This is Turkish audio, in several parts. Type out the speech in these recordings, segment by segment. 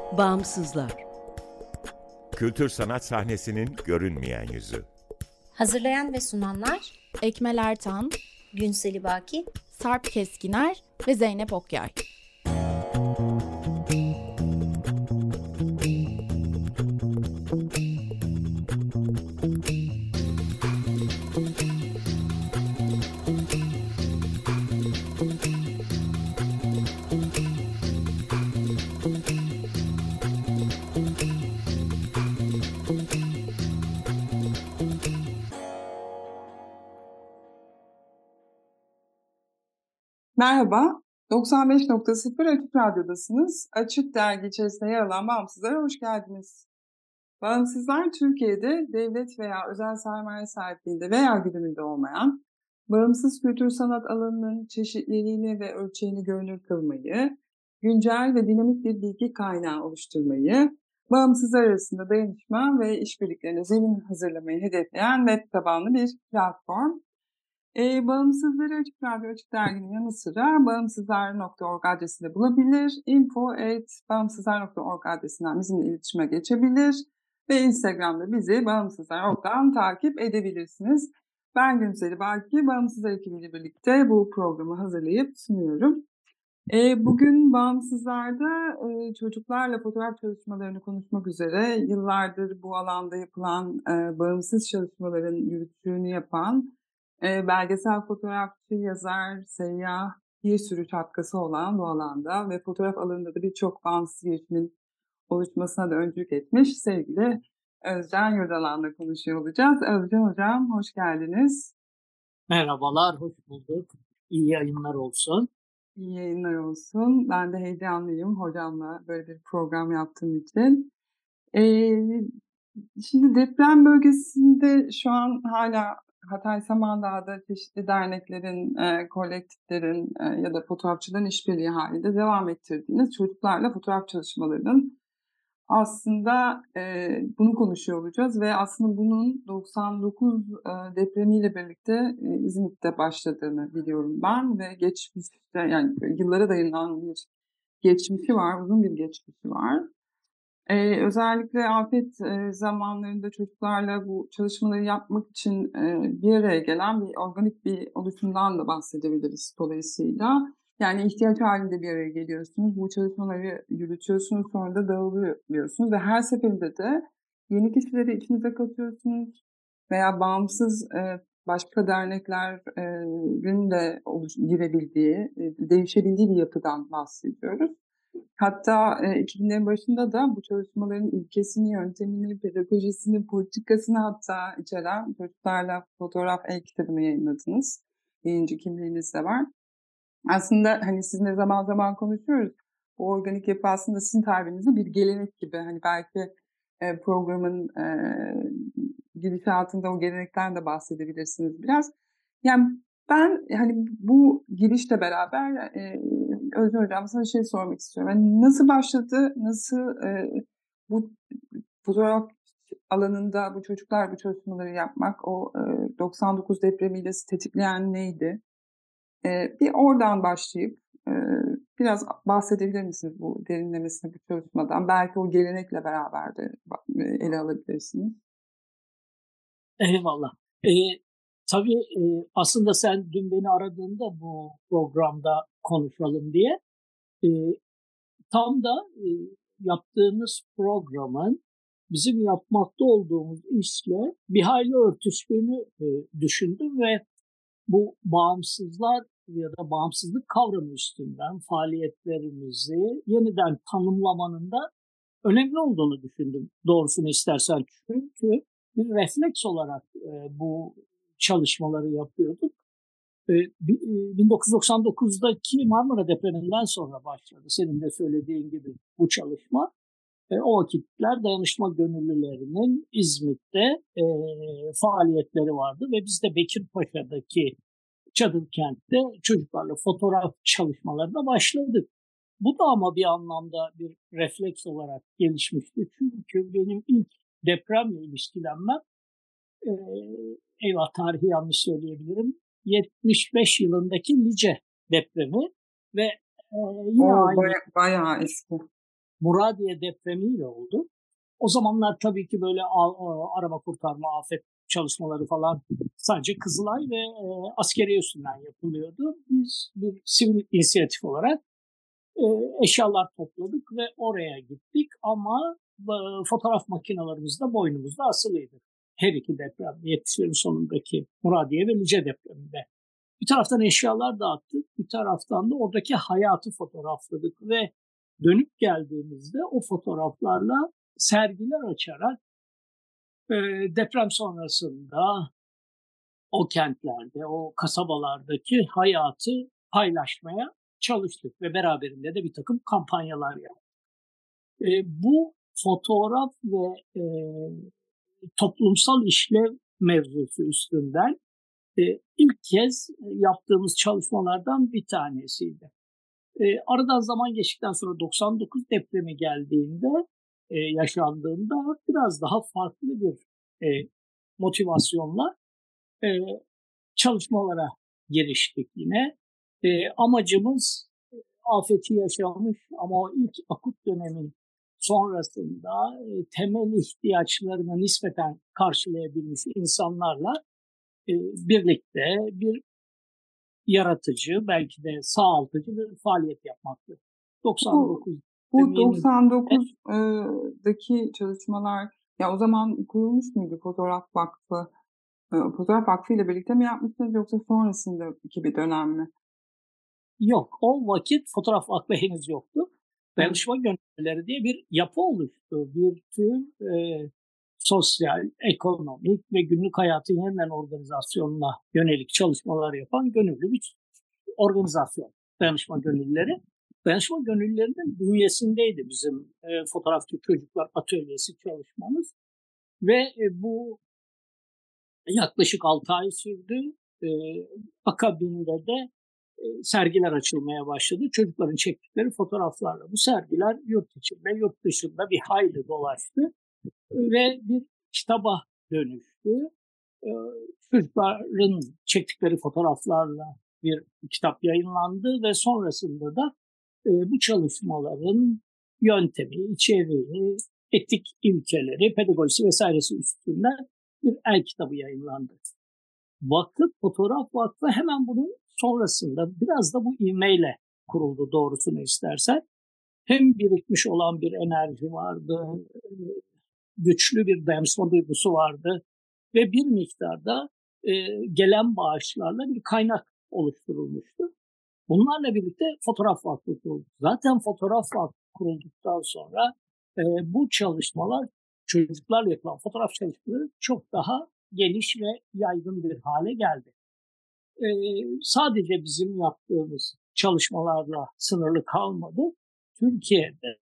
Bağımsızlar. Kültür sanat sahnesinin görünmeyen yüzü. Hazırlayan ve sunanlar Ekmel Ertan, Günseli Baki, Sarp Keskiner ve Zeynep Okyay. Merhaba, 95.0 Açık Radyo'dasınız. Açık Dergi içerisinde yer alan Bağımsızlar'a hoş geldiniz. Bağımsızlar, Türkiye'de devlet veya özel sermaye sahipliğinde veya güdümünde olmayan, bağımsız kültür sanat alanının çeşitliliğini ve ölçeğini görünür kılmayı, güncel ve dinamik bir bilgi kaynağı oluşturmayı, bağımsızlar arasında dayanışma ve işbirliklerine zemin hazırlamayı hedefleyen web tabanlı bir platform. Bağımsızları Açık Radyo Açık Dergi'nin yanı sıra bağımsızlar.org adresinde bulabilir. info@bağımsızlar.org adresinden bizimle iletişime geçebilir. Ve Instagram'da bizi Bağımsızlar.org'dan takip edebilirsiniz. Ben Günseli Baki, Bağımsızlar ekibiyle birlikte bu programı hazırlayıp sunuyorum. Bugün Bağımsızlar'da çocuklarla fotoğraf çalışmalarını konuşmak üzere yıllardır bu alanda yapılan bağımsız çalışmaların yürütücülüğünü yapan belgesel fotoğrafçı, yazar, seyyah, bir sürü şapkası olan bu alanda ve fotoğraf alanında da birçok bağımsız girişimin oluşmasına da öncülük etmiş sevgili Özcan Yurdalan'la konuşuyor olacağız. Özcan Hocam, hoş geldiniz. Merhabalar, hoş bulduk. İyi yayınlar olsun. İyi yayınlar olsun. Ben de heyecanlıyım hocamla böyle bir program yaptığım için. Şimdi deprem bölgesinde şu an hala Hatay Samandağ'da çeşitli derneklerin, kolektiflerin ya da fotoğrafçıların işbirliği halinde devam ettirdiğiniz çocuklarla fotoğraf çalışmalarının aslında bunu konuşuyor olacağız ve aslında bunun 99 depremiyle birlikte İzmit'te başladığını biliyorum ben ve geçmişte yani yıllara dayanan bir geçmişi var, uzun bir geçmişi var. Özellikle afet zamanlarında çocuklarla bu çalışmaları yapmak için bir araya gelen bir organik bir oluşumdan da bahsedebiliriz dolayısıyla. Yani ihtiyaç halinde bir araya geliyorsunuz, bu çalışmaları yürütüyorsunuz, sonra da dağılıyorsunuz ve her seferinde de yeni kişileri içinize katıyorsunuz veya bağımsız başka derneklerin de girebildiği, değişebildiği bir yapıdan bahsediyoruz. Hatta 2000'lerin başında da bu çalışmaların ilkesini, yöntemini, pedagojisini, politikasını hatta içeren Çocuklarla Fotoğraf kitabını yayınladınız. Yayıncı kimliğiniz de var. Aslında hani sizinle zaman zaman konuşuyoruz. Bu organik yapı aslında sizin tabirinizde bir gelenek gibi. Hani belki programın gidişatında o gelenekten de bahsedebilirsiniz biraz. Yani ben hani bu girişle beraber Özgür Hocam sana şey sormak istiyorum. Yani nasıl başladı, nasıl bu fotoğraf alanında bu çocuklar bu çalışmaları yapmak, o 99 depremiyle tetikleyen neydi? Bir oradan başlayıp biraz bahsedebilir misiniz bu derinlemesine bu çalışmadan? Belki o gelenekle beraber de ele alabilirsiniz. Eyvallah. Tabii aslında sen dün beni aradığında bu programda konuşalım diye tam da yaptığımız programın bizim yapmakta olduğumuz işle bir hayli örtüştüğünü düşündüm ve bu bağımsızlar ya da bağımsızlık kavramı üstünden faaliyetlerimizi yeniden tanımlamanın da önemli olduğunu düşündüm. Doğrusunu istersen çünkü bir refleks olarak bu çalışmaları yapıyorduk. 1999'daki Marmara depreminden sonra başladı. Senin de söylediğin gibi bu çalışma. O vakitler dayanışma gönüllülerinin İzmit'te faaliyetleri vardı ve biz de Bekirpaşa'daki Çadırkent'te çocuklarla fotoğraf çalışmalarına başladık. Bu da ama bir anlamda bir refleks olarak gelişmişti. Çünkü benim ilk depremle ilişkilenmem, eyvah tarihi yanlış söyleyebilirim, 75 yılındaki Lice depremi ve yine bayağı eski. Muradiye depremiyle oldu. O zamanlar tabii ki böyle arama kurtarma, afet çalışmaları falan sadece Kızılay ve askeri üstünden yapılıyordu. Biz bir sivil inisiyatif olarak eşyalar topladık ve oraya gittik ama fotoğraf makinelerimiz de boynumuzda asılıydı. Her iki deprem, 70'lerin sonundaki Muradiye ve Lice depreminde. Bir taraftan eşyalar dağıttık, bir taraftan da oradaki hayatı fotoğrafladık ve dönüp geldiğimizde o fotoğraflarla sergiler açarak deprem sonrasında o kentlerde, o kasabalardaki hayatı paylaşmaya çalıştık ve beraberinde de bir takım kampanyalar yaptık. Bu fotoğraf ve toplumsal işlev mevzusu üstünden ilk kez yaptığımız çalışmalardan bir tanesiydi. Aradan zaman geçtikten sonra 99 depremi geldiğinde, yaşandığında biraz daha farklı bir motivasyonla çalışmalara giriştik yine. Amacımız afeti yaşamış ama o ilk akut dönemin sonrasında temel ihtiyaçlarını nispeten karşılayabilmiş insanlarla birlikte bir yaratıcı, belki de sağaltıcı bir faaliyet yapmaktı. 99 Bu 99'daki çalışmalar, ya o zaman kurulmuş muydu Fotoğraf Vakfı? Fotoğraf Vakfı ile birlikte mi yapmışsınız yoksa sonrasındaki bir dönem mi? Yok, o vakit Fotoğraf Vakfı henüz yoktu. Dayanışma Gönüllüleri diye bir yapı oluştu. Bir tür sosyal, ekonomik ve günlük hayatın yeniden organizasyonuna yönelik çalışmalar yapan gönüllü bir organizasyon. Dayanışma Gönüllüleri. Dayanışma Gönüllülerinin bünyesindeydi bizim fotoğrafçı çocuklar atölyesi çalışmamız. Ve bu yaklaşık 6 ay sürdü. Akabinde de sergiler açılmaya başladı. Çocukların çektikleri fotoğraflarla. Bu sergiler yurt içinde, yurt dışında bir hayli dolaştı. Ve bir kitaba dönüştü. Çocukların çektikleri fotoğraflarla bir kitap yayınlandı ve sonrasında da bu çalışmaların yöntemi, içeriği, etik ilkeleri, pedagojisi vesairesi üstünden bir el kitabı yayınlandı. Vakıf, Fotoğraf Vakfı hemen bunun sonrasında biraz da bu ivmeyle kuruldu doğrusunu istersen. Hem birikmiş olan bir enerji vardı, güçlü bir dayanışma duygusu vardı ve bir miktarda gelen bağışlarla bir kaynak oluşturulmuştu. Bunlarla birlikte Fotoğraf Vakfı kuruldu. Zaten Fotoğraf Vakfı kurulduktan sonra bu çalışmalar, çocuklarla yapılan fotoğraf çalışmaları çok daha geniş ve yaygın bir hale geldi. Sadece bizim yaptığımız çalışmalarla sınırlı kalmadı. Türkiye'de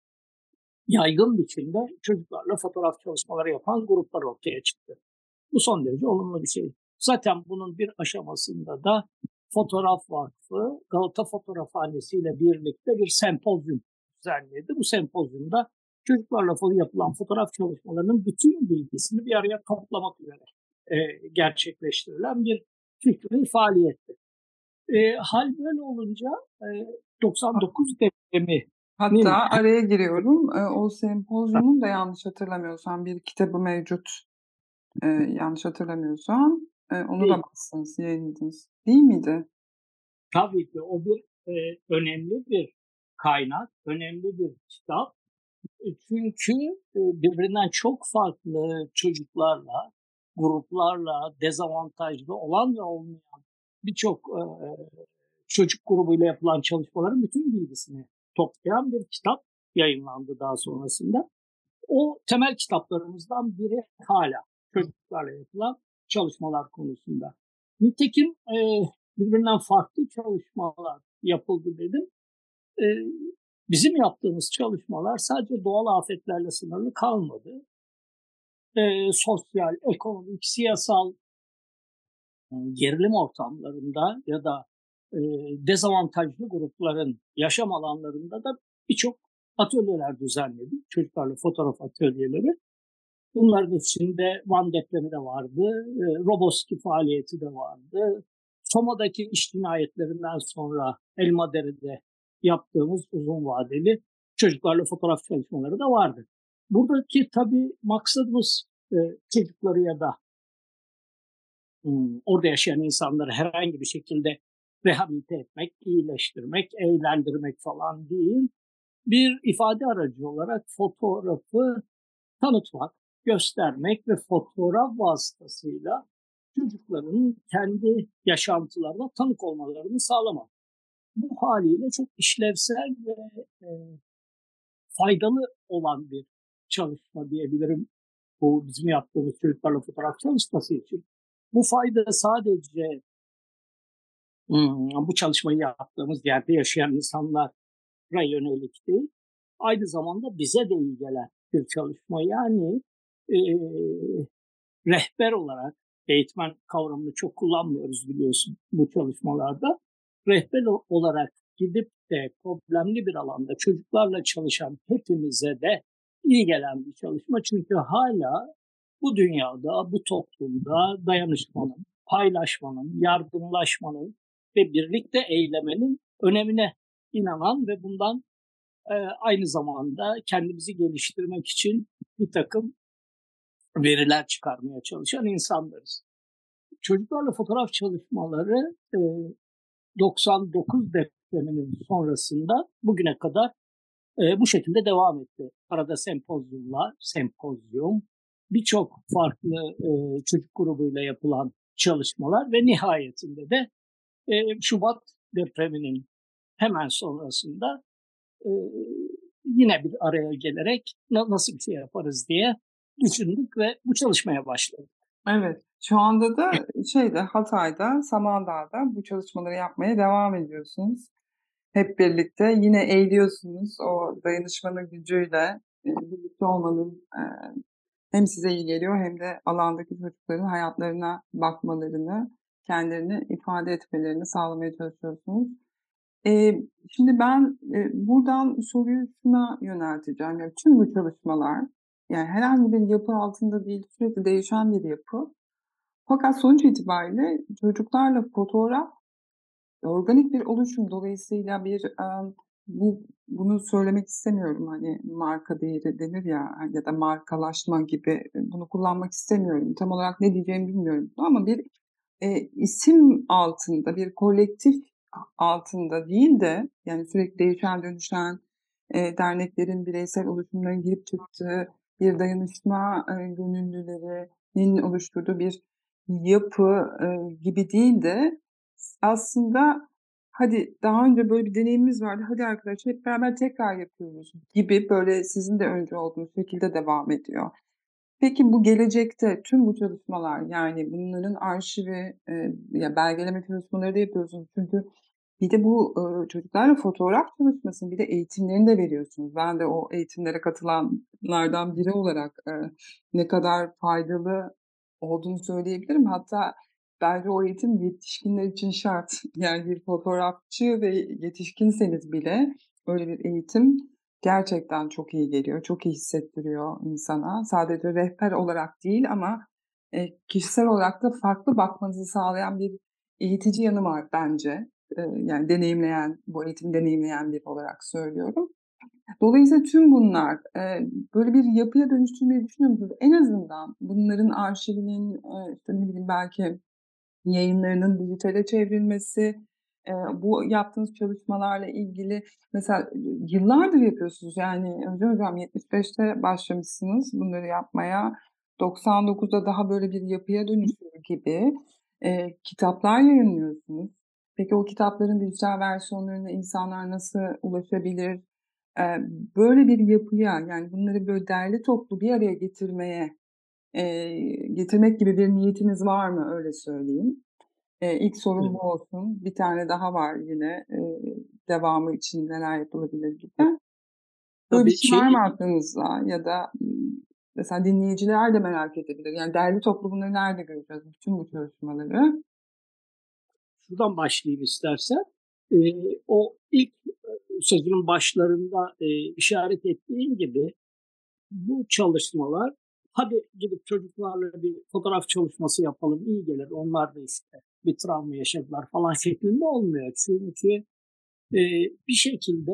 yaygın biçimde çocuklarla fotoğraf çalışmaları yapan gruplar ortaya çıktı. Bu son derece olumlu bir şey. Zaten bunun bir aşamasında da Fotoğraf Vakfı, Galata Fotoğrafhanesi ile birlikte bir sempozyum düzenledi. Bu sempozyumda çocuklarla yapılan fotoğraf çalışmalarının bütün bilgisini bir araya toplamak üzere gerçekleştirilen bir fikri faaliyetti. Hal böyle olunca 99 depremi, hatta araya giriyorum. O sempozyumun da yanlış hatırlamıyorsam bir kitabı mevcut. Yanlış hatırlamıyorsam onu da bastınız, yayınladınız. Değil miydi? Tabii ki o bir önemli bir kaynak, önemli bir kitap. Çünkü birbirinden çok farklı çocuklarla, gruplarla, dezavantajlı olan ve olmayan birçok çocuk grubuyla yapılan çalışmaların bütün bilgisini toplayan bir kitap yayınlandı daha sonrasında. O temel kitaplarımızdan biri hala çocuklarla yapılan çalışmalar konusunda. Nitekim birbirinden farklı çalışmalar yapıldı dedim. Bizim yaptığımız çalışmalar sadece doğal afetlerle sınırlı kalmadı. Sosyal, ekonomik, siyasal gerilim ortamlarında ya da dezavantajlı grupların yaşam alanlarında da birçok atölyeler düzenledik. Çocuklarla fotoğraf atölyeleri. Bunların içinde Van depremi de vardı, Roboski faaliyeti de vardı. Soma'daki iş cinayetlerinden sonra Elmadere'de yaptığımız uzun vadeli çocuklarla fotoğraf çalışmaları da vardı. Buradaki tabii maksadımız çocukları ya da orada yaşayan insanları herhangi bir şekilde rehabilite etmek, iyileştirmek, eğlendirmek falan değil. Bir ifade aracı olarak fotoğrafı tanıtmak, göstermek ve fotoğraf vasıtasıyla çocukların kendi yaşantılarına tanık olmalarını sağlamak. Bu haliyle çok işlevsel ve faydalı olan bir çalışma diyebilirim. Bu bizim yaptığımız çocuklarla fotoğraf çalışması için. Bu fayda sadece bu çalışmayı yaptığımız yerde yaşayan insanlara yönelik değil, aynı zamanda bize de iyi gelen bir çalışma. Yani rehber olarak, eğitmen kavramını çok kullanmıyoruz biliyorsun bu çalışmalarda. Rehber olarak gidip de problemli bir alanda çocuklarla çalışan hepimize de iyi gelen bir çalışma. Çünkü hala bu dünyada, bu toplumda dayanışmanın, paylaşmanın, yardımlaşmanın ve birlikte eylemenin önemine inanan ve bundan aynı zamanda kendimizi geliştirmek için bir takım veriler çıkarmaya çalışan insanlarız. Çocuklarla fotoğraf çalışmaları 99 depreminin sonrasında bugüne kadar bu şekilde devam etti. Arada sempozyum, birçok farklı çocuk grubuyla yapılan çalışmalar ve nihayetinde de Şubat depreminin hemen sonrasında yine bir araya gelerek nasıl bir şey yaparız diye düşündük ve bu çalışmaya başladık. Evet, şu anda da Hatay'da, Samandağ'da bu çalışmaları yapmaya devam ediyorsunuz. Hep birlikte yine eğiliyorsunuz o dayanışmanın gücüyle, birlikte olmanın hem size iyi geliyor hem de alandaki çocukların hayatlarına bakmalarını, kendilerini ifade etmelerini sağlamaya çalışıyorsunuz. Şimdi ben buradan soruyu şuna yönelteceğim. Yani tüm bu çalışmalar, yani herhangi bir yapı altında değil, sürekli değişen bir yapı. Fakat sonuç itibariyle çocuklarla fotoğraf organik bir oluşum. Dolayısıyla bunu söylemek istemiyorum. Hani marka değeri denir ya da markalaşma gibi bunu kullanmak istemiyorum. Tam olarak ne diyeceğimi bilmiyorum. Ama bir isim altında, bir kolektif altında değil de yani sürekli değişen dönüşen derneklerin, bireysel oluşumların girip çıktığı bir dayanışma gönüllülerinin oluşturduğu bir yapı gibi değil de aslında hadi daha önce böyle bir deneyimimiz vardı. Hadi arkadaşlar hep beraber tekrar yapıyoruz gibi böyle sizin de önce olduğunuz şekilde devam ediyor. Peki bu gelecekte tüm bu çalışmalar yani bunların arşivi ya belgeleme çalışmaları da yapıyorsunuz. Çünkü bir de bu çocuklarla fotoğraf çalışmasının bir de eğitimlerini de veriyorsunuz. Ben de o eğitimlere katılanlardan biri olarak ne kadar faydalı olduğunu söyleyebilirim. Hatta bence o eğitim yetişkinler için şart. Yani bir fotoğrafçı ve yetişkinseniz bile öyle bir eğitim gerçekten çok iyi geliyor, çok iyi hissettiriyor insana. Sadece rehber olarak değil ama kişisel olarak da farklı bakmanızı sağlayan bir eğitici yanı var bence. Yani bu eğitimi deneyimleyen biri olarak söylüyorum. Dolayısıyla tüm bunlar böyle bir yapıya dönüştürmeyi düşünüyor musunuz? En azından bunların arşivinin işte ne bileyim belki yayınlarının dijitale çevrilmesi, bu yaptığınız çalışmalarla ilgili mesela yıllardır yapıyorsunuz. Yani Özcan Hocam 75'te başlamışsınız bunları yapmaya. 99'da daha böyle bir yapıya dönüşüyor gibi kitaplar yayınlıyorsunuz. Peki o kitapların dijital versiyonlarına insanlar nasıl ulaşabilir? Böyle bir yapıya yani bunları böyle derli toplu bir araya getirmek gibi bir niyetiniz var mı? Öyle söyleyeyim. İlk sorum bu olsun. Bir tane daha var yine devamı için neler yapılabilir gibi. Böyle bir şey var mı aklınızda? Ya da mesela dinleyiciler de merak edebilir. Yani derli toplu bunları nerede göreceğiz? Bütün bu çalışmaları. Şuradan başlayayım istersen. O ilk sözünün başlarında işaret ettiğim gibi bu çalışmalar hadi gidip çocuklarla bir fotoğraf çalışması yapalım iyi gelir. Onlar da işte bir travma yaşadılar falan şeklinde olmuyor. Çünkü bir şekilde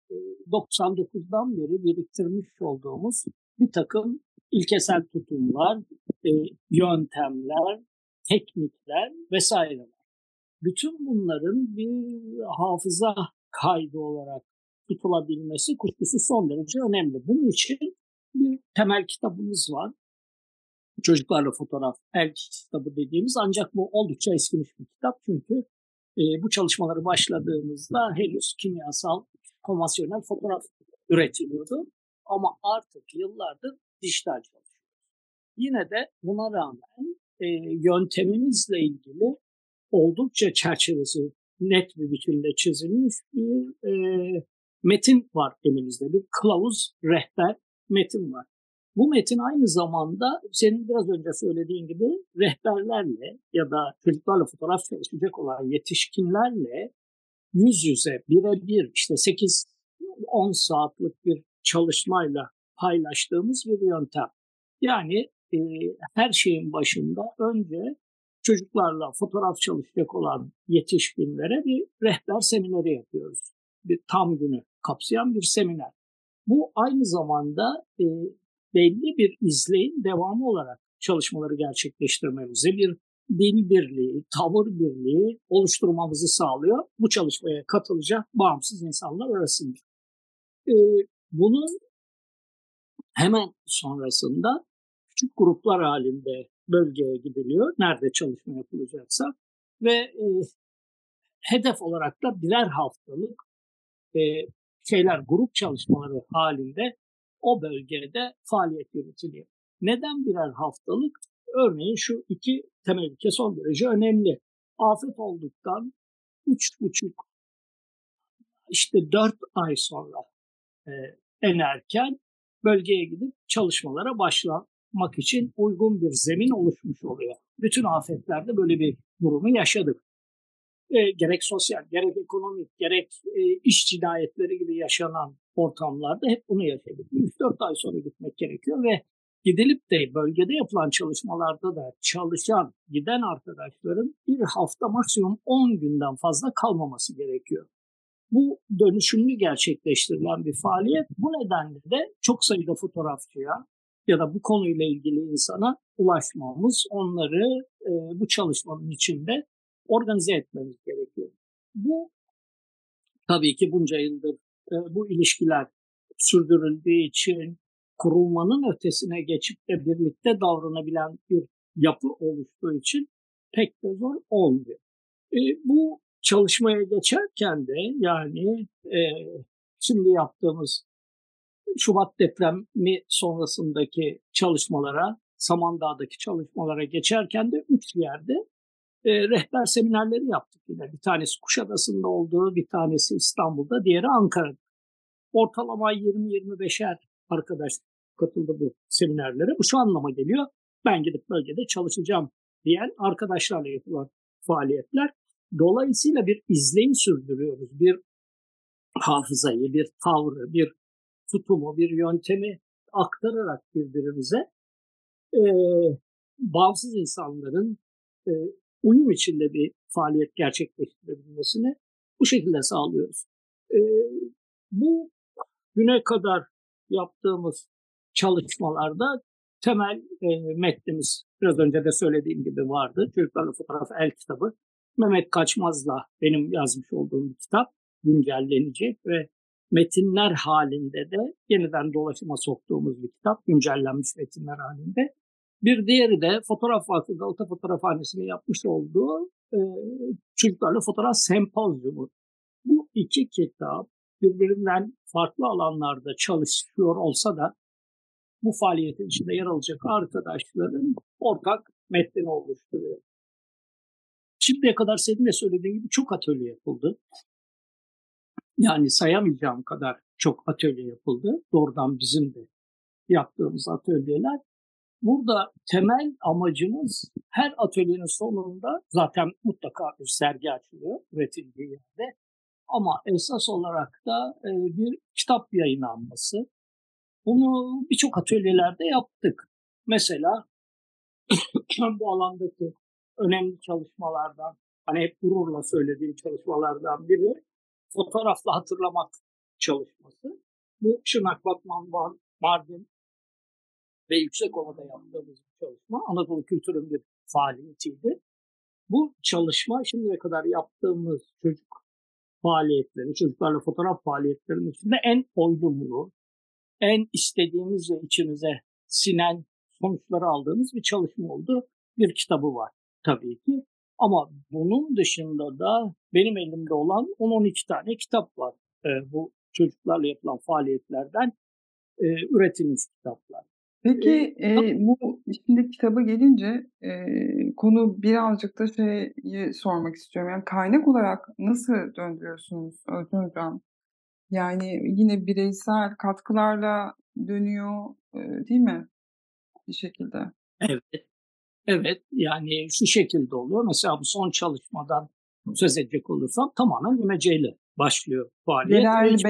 99'dan beri biriktirmiş olduğumuz bir takım ilkesel tutumlar, yöntemler, teknikler vesaireler. Bütün bunların bir hafıza kaydı olarak tutulabilmesi kuşkusuz son derece önemli. Bunun için bir temel kitabımız var. Çocuklarla Fotoğraf El kitabı dediğimiz, ancak bu oldukça eskimiş bir kitap. Çünkü bu çalışmaları başladığımızda henüz kimyasal, konvansiyonel fotoğraf üretiliyordu. Ama artık yıllardır dijital çalışıyoruz. Yine de buna rağmen yöntemimizle ilgili oldukça çerçevesi net bir biçimde çizilmiş bir metin var elimizde. Bir kılavuz, rehber metin var. Bu metin aynı zamanda senin biraz önce söylediğin gibi rehberlerle ya da çocuklarla fotoğraf çalışacak olan yetişkinlerle yüz yüze birebir işte 8-10 saatlik bir çalışmayla paylaştığımız bir yöntem. Yani her şeyin başında önce çocuklarla fotoğraf çalışacak olan yetişkinlere bir rehber semineri yapıyoruz. Bir tam günü kapsayan bir seminer. Bu aynı zamanda belli bir izleyin devamı olarak çalışmaları gerçekleştirmemizi, bir dil birliği, tavır birliği oluşturmamızı sağlıyor bu çalışmaya katılacak bağımsız insanlar arasında. Bunun hemen sonrasında küçük gruplar halinde bölgeye gidiliyor, nerede çalışma yapılacaksa ve hedef olarak da birer haftalık grup çalışmaları halinde o bölgede faaliyet yürütülüyor. Neden birer haftalık? Örneğin şu iki temel ilke son derece önemli. Afet olduktan 3,5 4 ay sonra en erken bölgeye gidip çalışmalara başlamak için uygun bir zemin oluşmuş oluyor. Bütün afetlerde böyle bir durumu yaşadık. Gerek sosyal, gerek ekonomik, gerek iş cinayetleri gibi yaşanan ortamlarda hep bunu yaşadık. 3-4 ay sonra gitmek gerekiyor ve gidilip de bölgede yapılan çalışmalarda da çalışan, giden arkadaşların bir hafta maksimum 10 günden fazla kalmaması gerekiyor. Bu dönüşümlü gerçekleştirilen bir faaliyet. Bu nedenle de çok sayıda fotoğrafçıya ya da bu konuyla ilgili insana ulaşmamız, onları bu çalışmanın içinde organize etmemiz gerekiyor. Bu tabii ki bunca yıldır bu ilişkiler sürdürüldüğü için kurulmanın ötesine geçip de birlikte davranabilen bir yapı oluştuğu için pek de zor olmuyor. Bu çalışmaya geçerken de yani şimdi yaptığımız Şubat depremi sonrasındaki çalışmalara, Samandağ'daki çalışmalara geçerken de 3 yerde rehber seminerleri yaptık yine. Bir tanesi Kuşadası'nda oldu, bir tanesi İstanbul'da, diğeri Ankara'da. Ortalama 20-25'er arkadaş katıldı bu seminerlere. Bu şu anlama geliyor: ben gidip bölgede çalışacağım diyen arkadaşlarla yapılan faaliyetler. Dolayısıyla bir izleyin sürdürüyoruz. Bir hafızayı, bir tavrı, bir tutumu, bir yöntemi aktararak birbirimize bağımsız insanların uyum içinde bir faaliyet gerçekleştirebilmesini bu şekilde sağlıyoruz. Bu güne kadar yaptığımız çalışmalarda temel metnimiz biraz önce de söylediğim gibi vardı. Çocuklarla Fotoğraf El kitabı. Mehmet Kaçmaz'la benim yazmış olduğum bir kitap, güncellenecek ve metinler halinde de yeniden dolaşıma soktuğumuz bir kitap, güncellenmiş metinler halinde. Bir diğeri de Fotoğraf Vakfı Galata Fotoğrafhanesi'nin yapmış olduğu Çocuklarla Fotoğraf Sempozyumu. Bu iki kitap birbirinden farklı alanlarda çalışıyor olsa da bu faaliyetin içinde yer alacak arkadaşların ortak metnini oluşturuyor. Şimdiye kadar senin de söylediğin gibi çok atölye yapıldı. Yani sayamayacağım kadar çok atölye yapıldı. Doğrudan bizim de yaptığımız atölyeler. Burada temel amacımız, her atölyenin sonunda zaten mutlaka bir sergi açılıyor üretildiği yerde. Ama esas olarak da bir kitap yayınlanması. Bunu birçok atölyelerde yaptık. Mesela bu alandaki önemli çalışmalardan, hani hep gururla söylediğim çalışmalardan biri, Fotoğrafla Hatırlamak çalışması. Bu Şırnak, Batman, Van, Mardin ve Yüksekova'da yaptığımız bir çalışma. Anadolu Kültür'ün bir faaliyetiydi. Bu çalışma şimdiye kadar yaptığımız çocuk faaliyetleri, çocuklarla fotoğraf faaliyetlerinin içinde en oylumlu, en istediğimiz ve içimize sinen sonuçları aldığımız bir çalışma oldu. Bir kitabı var tabii ki. Ama bunun dışında da benim elimde olan 10-12 tane kitap var. Bu çocuklarla yapılan faaliyetlerden üretilmiş kitaplar. Peki bu şimdi kitaba gelince konu birazcık da şeyi sormak istiyorum. Yani kaynak olarak nasıl döndürüyorsunuz Özgün Hocam? Yani yine bireysel katkılarla dönüyor değil mi bir şekilde? Evet, evet. Yani şu şekilde oluyor. Mesela bu son çalışmadan söz edecek olursam tamamen imeceyle başlıyor faaliyet.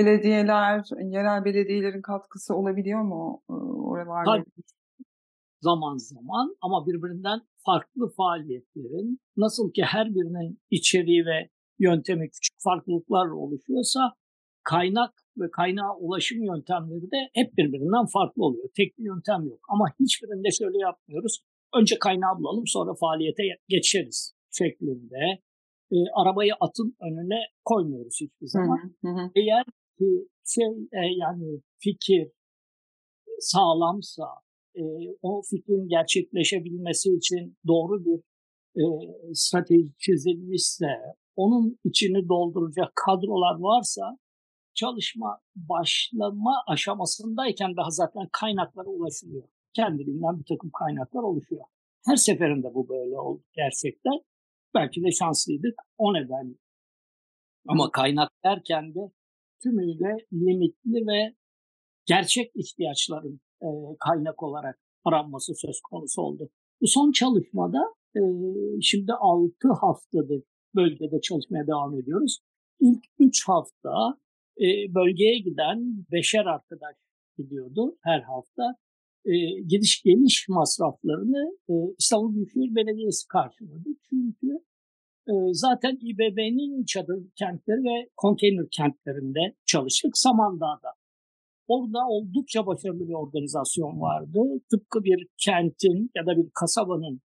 Yerel belediyelerin katkısı olabiliyor mu oralarda? Tabii zaman zaman ama birbirinden farklı faaliyetlerin nasıl ki her birinin içeriği ve yöntemi küçük farklılıklarla oluşuyorsa kaynak ve kaynağa ulaşım yöntemleri de hep birbirinden farklı oluyor. Tek bir yöntem yok ama hiçbirinde şöyle yapmıyoruz. Önce kaynağı bulalım sonra faaliyete geçeriz şeklinde. Arabayı atın önüne koymuyoruz hiçbir zaman. Eğer ki yani fikir sağlamsa, o fikrin gerçekleşebilmesi için doğru bir strateji çizilmişse, onun içini dolduracak kadrolar varsa, çalışma başlama aşamasındayken daha zaten kaynaklara ulaşılıyor. Kendiliğinden bir takım kaynaklar oluşuyor. Her seferinde bu böyle oldu gerçekten. Belki de şanslıydık o nedenle. Ama kaynak derken de tümüyle limitli ve gerçek ihtiyaçların kaynak olarak aranması söz konusu oldu. Bu son çalışmada şimdi 6 haftadır bölgede çalışmaya devam ediyoruz. İlk 3 hafta bölgeye giden 5'er arkadaş gidiyordu her hafta. Gidiş geliş masraflarını İstanbul Büyükşehir Belediyesi karşıladı. Çünkü zaten İBB'nin çadır kentleri ve konteyner kentlerinde çalıştık. Samandağ'da. Orada oldukça başarılı bir organizasyon vardı. Tıpkı bir kentin ya da bir kasabanın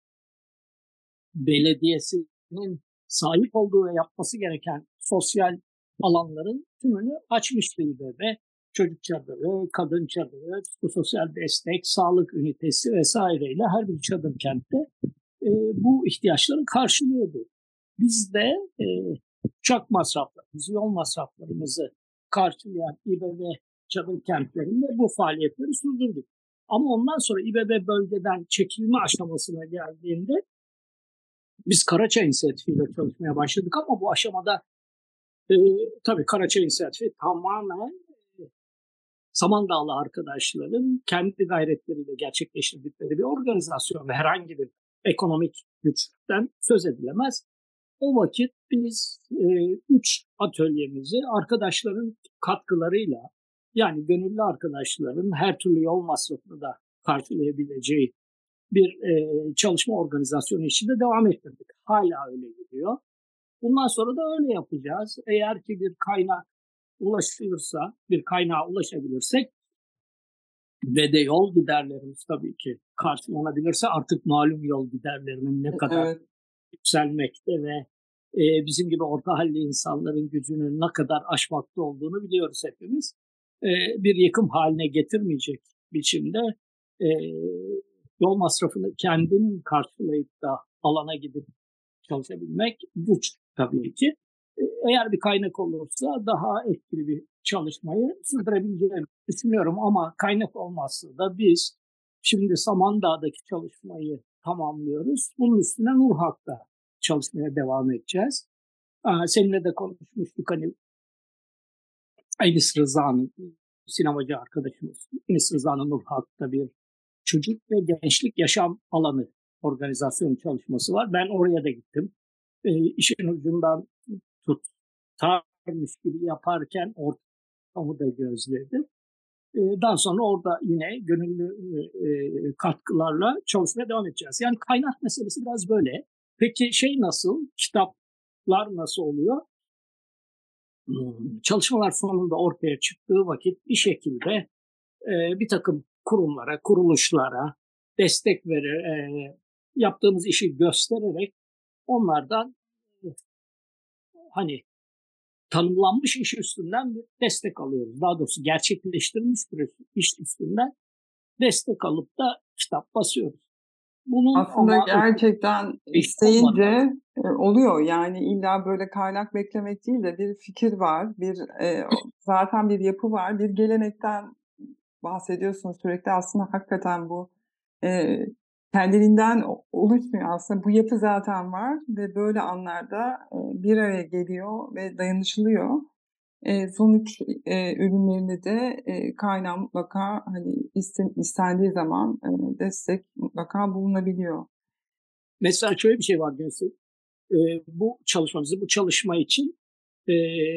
belediyesinin sahip olduğu ve yapması gereken sosyal alanların tümünü açmıştı İBB. Çocuk çadırı, kadın çadırı, psikososyal destek, sağlık ünitesi vesaireyle her bir çadır kentte bu ihtiyaçları karşılıyordu. Biz de uçak masraflarımızı, yol masraflarımızı karşılayan İBB çadır kentlerinde bu faaliyetleri sürdürdük. Ama ondan sonra İBB bölgeden çekilme aşamasına geldiğinde biz Karaçay İnisiyatifiyle çalışmaya başladık ama bu aşamada tabii Karaçay İnisiyatifi tamamen Samandağlı arkadaşların kendi gayretleriyle gerçekleştirdikleri bir organizasyon ve herhangi bir ekonomik güçten söz edilemez. O vakit biz 3 atölyemizi arkadaşların katkılarıyla yani gönüllü arkadaşların her türlü yol masrafını da karşılayabileceği bir çalışma organizasyonu içinde devam ettirdik. Hala öyle gidiyor. Bundan sonra da öyle yapacağız. Eğer ki bir kaynak ulaşılırsa, bir kaynağa ulaşabilirsek ve de yol giderlerimiz tabii ki karşılanabilirse artık malum yol giderlerinin ne kadar yükselmekte ve bizim gibi orta halli insanların gücünü ne kadar aşmakta olduğunu biliyoruz hepimiz. Bir yıkım haline getirmeyecek biçimde yol masrafını kendin karşılayıp da alana gidip çalışabilmek güç tabii ki. Eğer bir kaynak olursa daha etkili bir çalışmayı sürdürebileceğimi düşünüyorum ama kaynak olmazsa da biz şimdi Samandağ'daki çalışmayı tamamlıyoruz. Bunun üstüne Nurhak'ta çalışmaya devam edeceğiz. Seninle de konuşmuştuk hani Enis Rıza'nın sinemacı arkadaşımız. Enis Rıza'nın Nurhak'ta bir çocuk ve gençlik yaşam alanı organizasyon çalışması var. Ben oraya da gittim. İşin ucundan tutarmış gibi yaparken ortamı da gözledim. Daha sonra orada yine gönüllü katkılarla çalışmaya devam edeceğiz. Yani kaynak meselesi biraz böyle. Peki nasıl? Kitaplar nasıl oluyor? Çalışmalar sonunda ortaya çıktığı vakit bir şekilde bir takım kurumlara, kuruluşlara destek verir, yaptığımız işi göstererek onlardan hani tanımlanmış iş üstünden bir destek alıyoruz. Daha doğrusu gerçekleştirilmiş bir iş üstünden destek alıp da kitap basıyoruz. Bunun Aslında ama gerçekten iş olmadan isteyince oluyor. Yani illa böyle kaynak beklemek değil de bir fikir var, zaten bir yapı var, bir gelenekten bahsediyorsunuz sürekli. Aslında hakikaten bu e, kendiliğinden oluşmuyor aslında. Bu yapı zaten var ve böyle anlarda bir araya geliyor ve dayanışılıyor. Sonuç ürünlerinde de kaynağı mutlaka hani istendiği zaman destek mutlaka bulunabiliyor. mesela şöyle bir şey var Gülsün. Bu çalışma için e,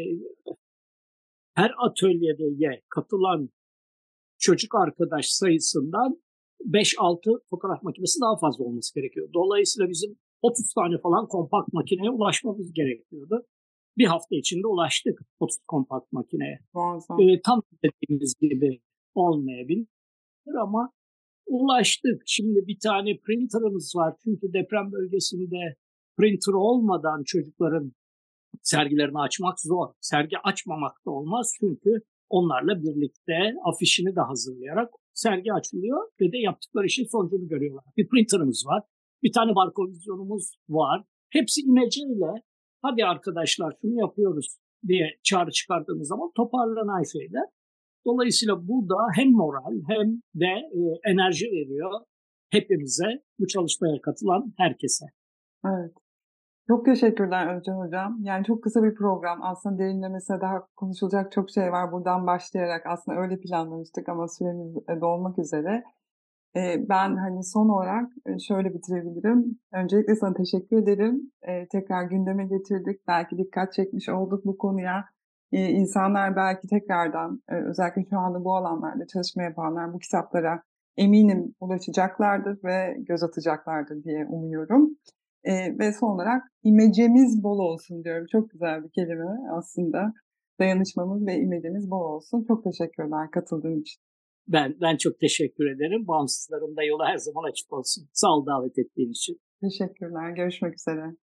her atölyeye katılan çocuk arkadaş sayısından 5-6 fotoğraf makinesi daha fazla olması gerekiyor. Dolayısıyla bizim 30 tane falan kompakt makineye ulaşmamız gerekiyordu. Bir hafta içinde ulaştık 30 kompakt makineye. Muazzam. Tam dediğimiz gibi olmayabilir ama ulaştık. Şimdi bir tane printerımız var. Çünkü deprem bölgesinde printer olmadan çocukların sergilerini açmak zor. Sergi açmamak da olmaz çünkü onlarla birlikte afişini de hazırlayarak sergi açılıyor ve de yaptıkları işin sonucunu görüyorlar. Bir printerımız var, bir tane barkovizyonumuz var. Hepsi imeceyle hadi arkadaşlar şunu yapıyoruz diye çağrı çıkardığımız zaman toparlanan şeyler. Dolayısıyla bu da hem moral hem de enerji veriyor hepimize, bu çalışmaya katılan herkese. Evet. Çok teşekkürler Özcan Hocam. Yani çok kısa bir program. Aslında derinlemesine daha konuşulacak çok şey var. Buradan başlayarak aslında öyle planlamıştık ama süremiz dolmak üzere. Ben hani son olarak şöyle bitirebilirim. Öncelikle sana teşekkür ederim. Tekrar gündeme getirdik. Belki dikkat çekmiş olduk bu konuya. İnsanlar belki tekrardan özellikle şu anda bu alanlarda çalışma yapanlar bu kitaplara eminim ulaşacaklardır ve göz atacaklardır diye umuyorum. Ve son olarak imecemiz bol olsun diyorum. Çok güzel bir kelime aslında. Dayanışmamız ve imecemiz bol olsun. Çok teşekkürler katıldığın için. Ben çok teşekkür ederim. Bağımsızların da yolu her zaman açık olsun. Sağ ol davet ettiğin için. Teşekkürler. Görüşmek üzere.